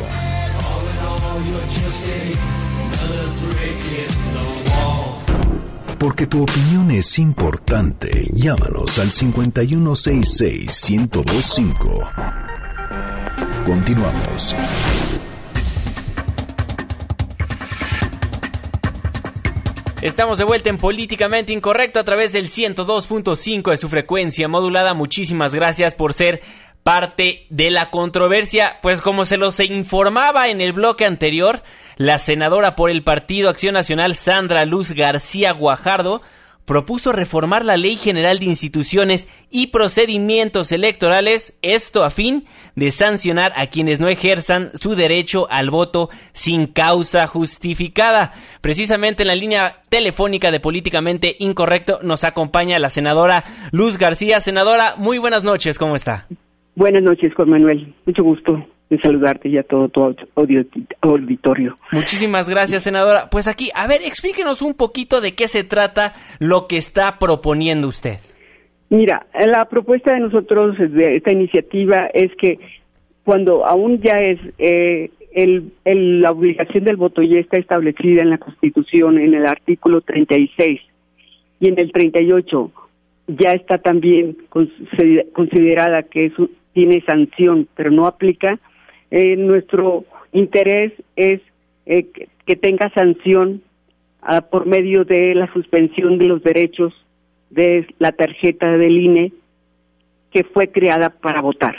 Porque tu opinión es importante. Llámanos al 5166-1025. Continuamos. Estamos de vuelta en Políticamente Incorrecto a través del 102.5 de su frecuencia modulada. Muchísimas gracias por ser parte de la controversia. Pues como se los informaba en el bloque anterior, la senadora por el Partido Acción Nacional, Sandra Luz García Guajardo, propuso reformar la Ley General de Instituciones y Procedimientos Electorales, esto a fin de sancionar a quienes no ejerzan su derecho al voto sin causa justificada. Precisamente en la línea telefónica de Políticamente Incorrecto nos acompaña la senadora Luz García. Senadora, muy buenas noches, ¿cómo está? Buenas noches, Juan Manuel. Mucho gusto en saludarte y a todo tu auditorio. Muchísimas gracias, senadora. Pues aquí, a ver, explíquenos un poquito de qué se trata lo que está proponiendo usted. Mira, la propuesta de nosotros, de esta iniciativa, es que cuando aún ya es la obligación del voto ya está establecida en la Constitución, en el artículo 36 y en el 38, ya está también considerada que tiene sanción, pero no aplica. Nuestro interés es que tenga sanción por medio de la suspensión de los derechos de la tarjeta del INE que fue creada para votar.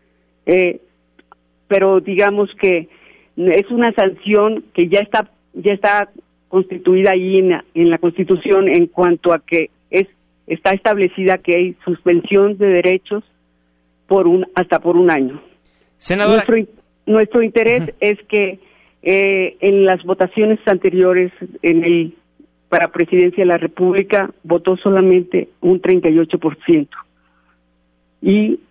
Pero digamos que es una sanción que ya está constituida ahí en la Constitución en cuanto a que está establecida que hay suspensión de derechos hasta por un año. Senadora, nuestro interés es que en las votaciones anteriores para presidencia de la República votó solamente un 38%. Y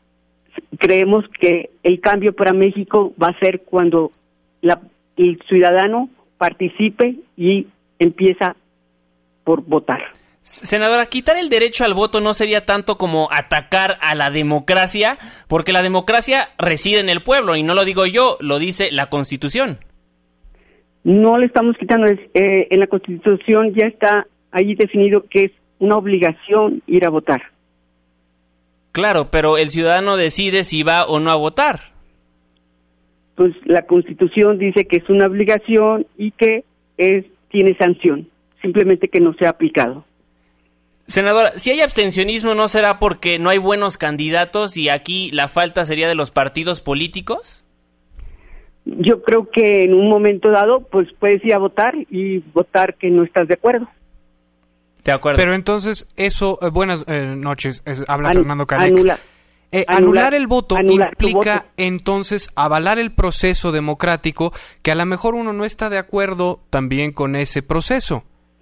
creemos que el cambio para México va a ser cuando el ciudadano participe y empieza por votar. Senadora, quitar el derecho al voto no sería tanto como atacar a la democracia, porque la democracia reside en el pueblo, y no lo digo yo, lo dice la Constitución. No le estamos quitando, en la Constitución ya está ahí definido que es una obligación ir a votar. Claro, pero el ciudadano decide si va o no a votar. Pues la Constitución dice que es una obligación y que tiene sanción, simplemente que no sea aplicado. Senadora, si hay abstencionismo, ¿no será porque no hay buenos candidatos y aquí la falta sería de los partidos políticos? Yo creo que en un momento dado, pues puedes ir a votar y votar que no estás de acuerdo. De acuerdo. Pero entonces eso, buenas noches, habla Fernando Canek. Anular el voto implica entonces avalar el proceso democrático, que a lo mejor uno no está de acuerdo también con ese proceso.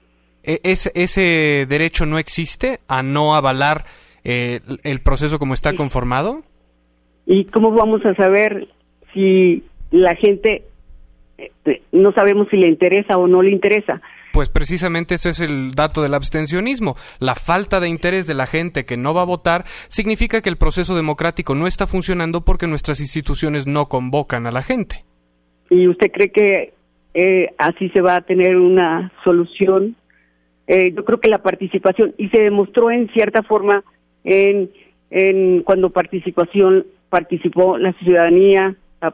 ¿Ese derecho no existe a no avalar el proceso como está conformado? ¿Y cómo vamos a saber si la gente no sabemos si le interesa o no le interesa? Pues precisamente ese es el dato del abstencionismo. La falta de interés de la gente que no va a votar significa que el proceso democrático no está funcionando porque nuestras instituciones no convocan a la gente. ¿Y usted cree que así se va a tener una solución? Yo creo que la participación, y se demostró en cierta forma cuando participó la ciudadanía,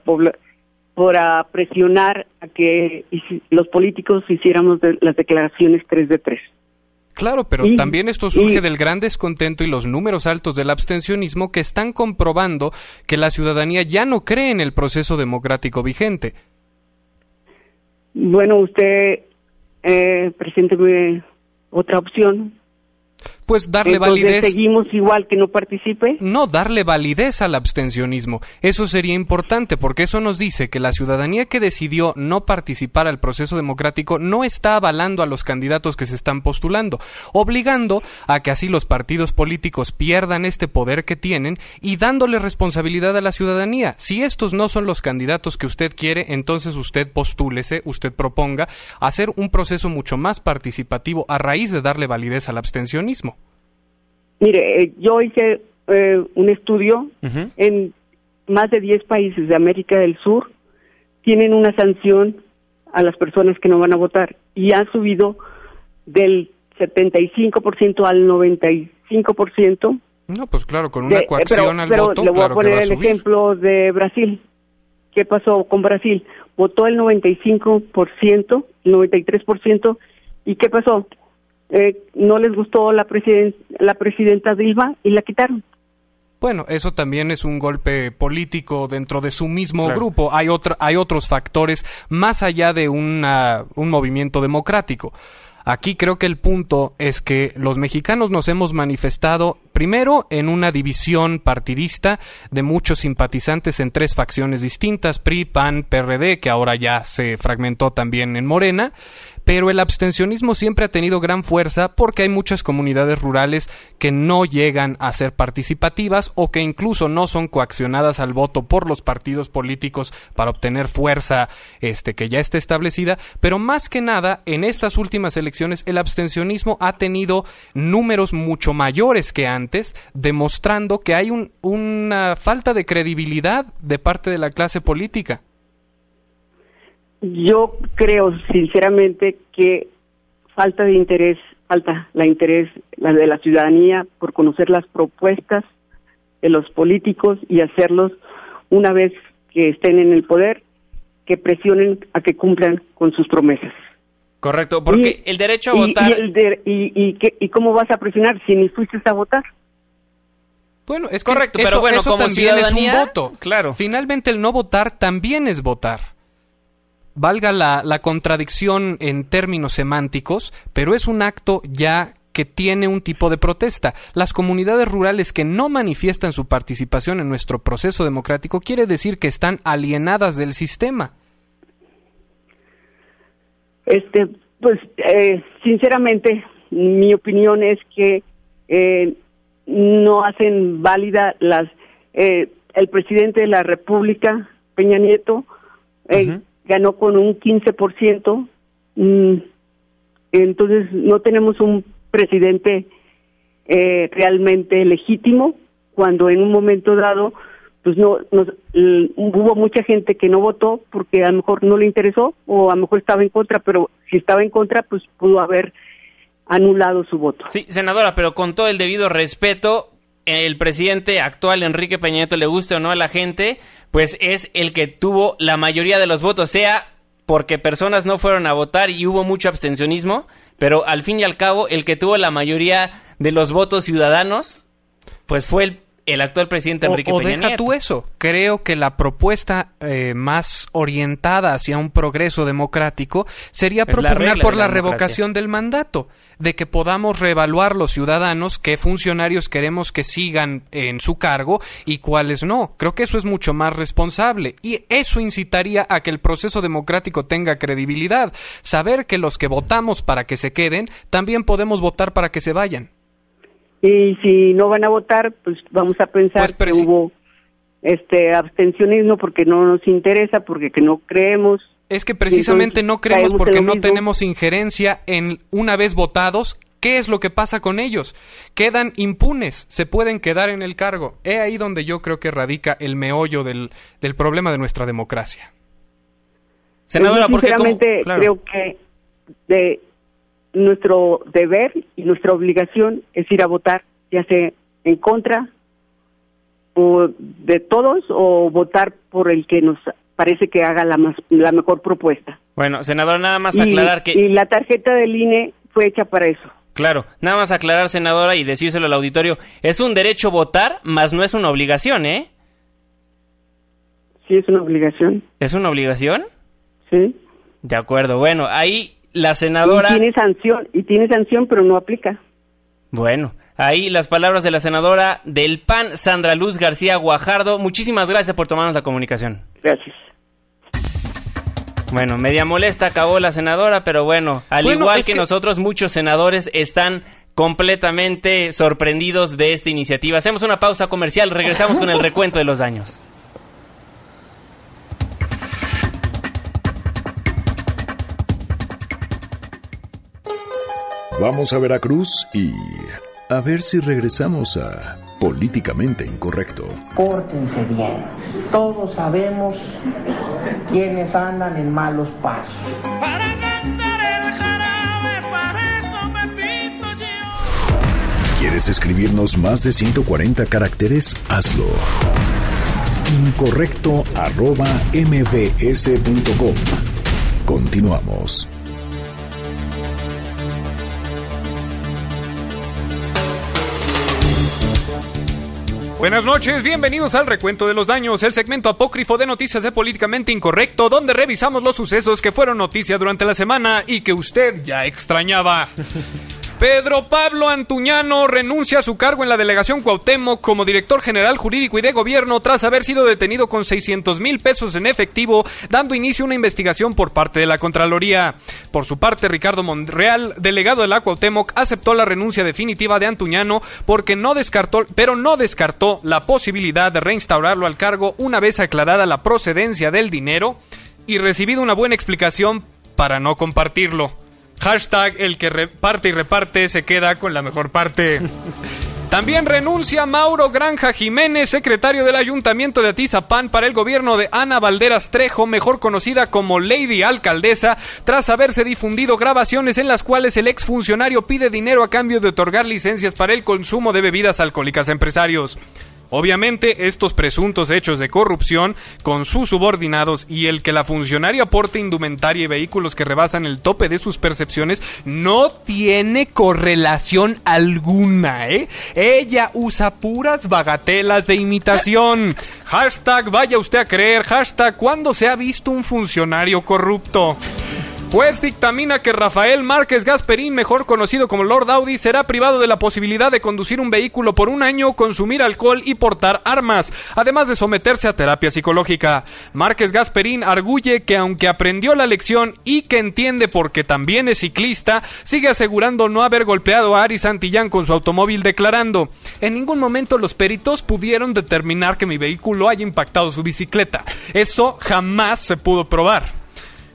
para presionar a que los políticos hiciéramos las declaraciones 3 de 3. Claro, pero también esto surge del gran descontento y los números altos del abstencionismo que están comprobando que la ciudadanía ya no cree en el proceso democrático vigente. Bueno, usted presénteme otra opción. Pues darle validez. ¿Seguimos igual que no participe? No, darle validez al abstencionismo. Eso sería importante porque eso nos dice que la ciudadanía que decidió no participar al proceso democrático no está avalando a los candidatos que se están postulando, obligando a que así los partidos políticos pierdan este poder que tienen y dándole responsabilidad a la ciudadanía. Si estos no son los candidatos que usted quiere, entonces usted postúlese, usted proponga hacer un proceso mucho más participativo a raíz de darle validez al abstencionismo. Mire, yo hice un estudio en más de 10 países de América del Sur, tienen una sanción a las personas que no van a votar y ha subido del 75% al 95%. No, pues claro, con una coacción al voto, le voy claro a poner que va a el subir. ejemplo de Brasil. ¿Qué pasó con Brasil? Votó el 95%, el 93%, ¿y qué pasó? No les gustó la presidenta Dilma y la quitaron. Bueno, eso también es un golpe político dentro de su mismo grupo. Hay otros factores más allá de un movimiento democrático. Aquí creo que el punto es que los mexicanos nos hemos manifestado primero en una división partidista de muchos simpatizantes en 3 facciones distintas, PRI, PAN, PRD, que ahora ya se fragmentó también en Morena, pero el abstencionismo siempre ha tenido gran fuerza porque hay muchas comunidades rurales que no llegan a ser participativas o que incluso no son coaccionadas al voto por los partidos políticos para obtener fuerza que ya está establecida, pero más que nada en estas últimas elecciones el abstencionismo ha tenido números mucho mayores que antes, demostrando que hay una falta de credibilidad de parte de la clase política. Yo creo sinceramente que falta la interés de la ciudadanía por conocer las propuestas de los políticos y hacerlos una vez que estén en el poder, que presionen a que cumplan con sus promesas. Correcto, porque el derecho a votar... ¿Y cómo vas a presionar si ni fuiste a votar? Bueno, es correcto, que pero bueno, eso como también ciudadanía, es un voto. Claro. Finalmente el no votar también es votar. Valga la contradicción en términos semánticos, pero es un acto ya que tiene un tipo de protesta. Las comunidades rurales que no manifiestan su participación en nuestro proceso democrático quiere decir que están alienadas del sistema. Sinceramente, mi opinión es que no hacen válida el presidente de la República, Peña Nieto, ganó con un 15%. Entonces no tenemos un presidente realmente legítimo, cuando en un momento dado pues hubo mucha gente que no votó porque a lo mejor no le interesó, o a lo mejor estaba en contra, pero si estaba en contra pues pudo haber anulado su voto. Sí, senadora, pero con todo el debido respeto, el presidente actual, Enrique Peña Nieto, le guste o no a la gente, pues es el que tuvo la mayoría de los votos, sea porque personas no fueron a votar y hubo mucho abstencionismo, pero al fin y al cabo el que tuvo la mayoría de los votos ciudadanos, pues fue el actual presidente Enrique Peña Nieto. O deja tú eso. Creo que la propuesta más orientada hacia un progreso democrático sería propugnar por la revocación del mandato, de que podamos reevaluar los ciudadanos qué funcionarios queremos que sigan en su cargo y cuáles no. Creo que eso es mucho más responsable y eso incitaría a que el proceso democrático tenga credibilidad. Saber que los que votamos para que se queden, también podemos votar para que se vayan. Y si no van a votar, pues vamos a pensar que hubo abstencionismo porque no nos interesa, porque que no creemos. Es que precisamente entonces, no creemos porque no tenemos injerencia en, una vez votados, ¿qué es lo que pasa con ellos? Quedan impunes, se pueden quedar en el cargo. Es ahí donde yo creo que radica el meollo del problema de nuestra democracia. Senadora, porque sinceramente creo que nuestro deber y nuestra obligación es ir a votar, ya sea en contra o de todos o votar por el que nos parece que haga la mejor propuesta. Bueno, senadora, nada más aclarar que... Y la tarjeta del INE fue hecha para eso. Claro, nada más aclarar, senadora, y decírselo al auditorio, es un derecho votar, mas no es una obligación, ¿eh? Sí, es una obligación. ¿Es una obligación? Sí. De acuerdo, bueno, ahí... La senadora... Y tiene sanción, pero no aplica. Bueno, ahí las palabras de la senadora del PAN, Sandra Luz García Guajardo. Muchísimas gracias por tomarnos la comunicación. Gracias. Bueno, media molesta acabó la senadora, pero bueno, igual que nosotros, muchos senadores están completamente sorprendidos de esta iniciativa. Hacemos una pausa comercial, regresamos con el recuento de los daños. Vamos a Veracruz y a ver si regresamos a Políticamente Incorrecto. Pórtense bien. Todos sabemos quiénes andan en malos pasos. Para cantar el jarabe, para eso me pinto yo. ¿Quieres escribirnos más de 140 caracteres? Hazlo. incorrecto@mbs.com. Continuamos. Buenas noches, bienvenidos al Recuento de los Daños, el segmento apócrifo de Noticias de Políticamente Incorrecto, donde revisamos los sucesos que fueron noticia durante la semana y que usted ya extrañaba. Pedro Pablo Antuñano renuncia a su cargo en la delegación Cuauhtémoc como director general jurídico y de gobierno tras haber sido detenido con 600,000 pesos en efectivo, dando inicio a una investigación por parte de la Contraloría. Por su parte, Ricardo Monreal, delegado de la Cuauhtémoc, aceptó la renuncia definitiva de Antuñano porque no descartó la posibilidad de reinstaurarlo al cargo una vez aclarada la procedencia del dinero y recibido una buena explicación para no compartirlo. Hashtag el que reparte y reparte se queda con la mejor parte. También renuncia Mauro Granja Jiménez, secretario del Ayuntamiento de Atizapán para el gobierno de Ana Valderas Trejo, mejor conocida como Lady Alcaldesa, tras haberse difundido grabaciones en las cuales el exfuncionario pide dinero a cambio de otorgar licencias para el consumo de bebidas alcohólicas a empresarios. Obviamente, estos presuntos hechos de corrupción con sus subordinados y el que la funcionaria aporte indumentaria y vehículos que rebasan el tope de sus percepciones no tiene correlación alguna, ¿eh? Ella usa puras bagatelas de imitación. Hashtag vaya usted a creer. Hashtag ¿cuándo se ha visto un funcionario corrupto? Juez dictamina que Rafael Márquez Gasperín, mejor conocido como Lord Audi, será privado de la posibilidad de conducir un vehículo por un año, consumir alcohol y portar armas, además de someterse a terapia psicológica. Márquez Gasperín arguye que aunque aprendió la lección y que entiende porque también es ciclista, sigue asegurando no haber golpeado a Ari Santillán con su automóvil, declarando: en ningún momento los peritos pudieron determinar que mi vehículo haya impactado su bicicleta. Eso jamás se pudo probar.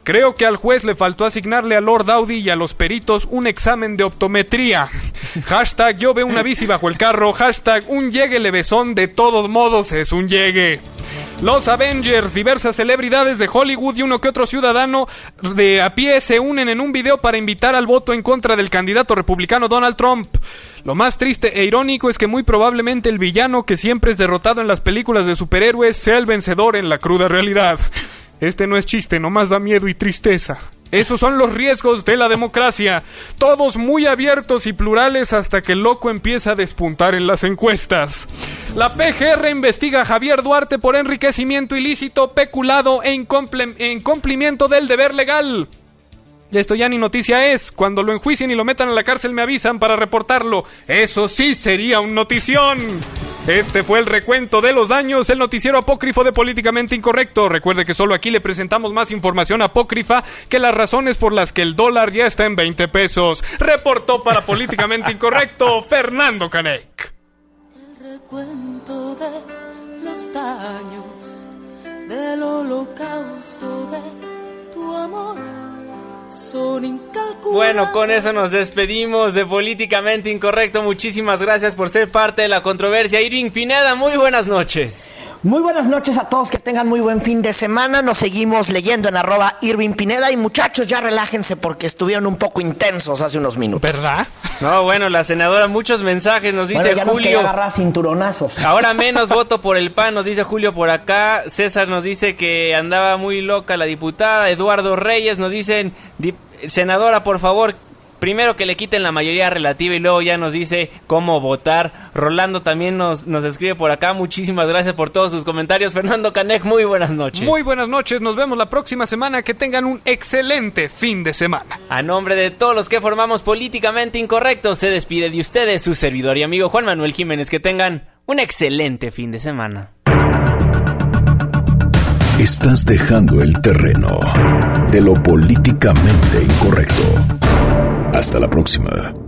Creo que al juez le faltó asignarle a Lord Audi y a los peritos un examen de optometría. Hashtag yo veo una bici bajo el carro. Hashtag un llegue levesón, de todos modos es un llegue. Los Avengers, diversas celebridades de Hollywood y uno que otro ciudadano de a pie se unen en un video para invitar al voto en contra del candidato republicano Donald Trump. Lo más triste e irónico es que muy probablemente el villano que siempre es derrotado en las películas de superhéroes sea el vencedor en la cruda realidad. Este no es chiste, nomás da miedo y tristeza. Esos son los riesgos de la democracia. Todos muy abiertos y plurales hasta que el loco empieza a despuntar en las encuestas. La PGR investiga a Javier Duarte por enriquecimiento ilícito, peculado e incumplimiento del deber legal. Esto ya ni noticia es. Cuando lo enjuicien y lo metan a la cárcel me avisan para reportarlo. Eso sí sería un notición. Este fue el recuento de los daños, el noticiero apócrifo de Políticamente Incorrecto. Recuerde que solo aquí le presentamos más información apócrifa que las razones por las que el dólar ya está en 20 pesos. Reportó para Políticamente Incorrecto, Fernando Canek. El recuento de los daños, del holocausto de tu amor. Bueno, con eso nos despedimos de Políticamente Incorrecto. Muchísimas gracias por ser parte de la controversia. Irving Pineda, muy buenas noches. Muy buenas noches a todos, que tengan muy buen fin de semana. Nos seguimos leyendo en @Irving Pineda. Y muchachos, ya relájense porque estuvieron un poco intensos hace unos minutos. ¿Verdad? No, bueno, la senadora, muchos mensajes, nos dice ya Julio. Nos agarrar cinturonazos. Ahora menos voto por el PAN, nos dice Julio por acá. César nos dice que andaba muy loca la diputada. Eduardo Reyes nos dicen, senadora, por favor, primero que le quiten la mayoría relativa y luego ya nos dice cómo votar. Rolando también nos escribe por acá. Muchísimas gracias por todos sus comentarios. Fernando Canek, muy buenas noches. Muy buenas noches, nos vemos la próxima semana. Que tengan un excelente fin de semana. A nombre de todos los que formamos Políticamente Incorrecto, se despide de ustedes su servidor y amigo Juan Manuel Jiménez. Que tengan un excelente fin de semana. Estás dejando el terreno de lo políticamente incorrecto. Hasta la próxima.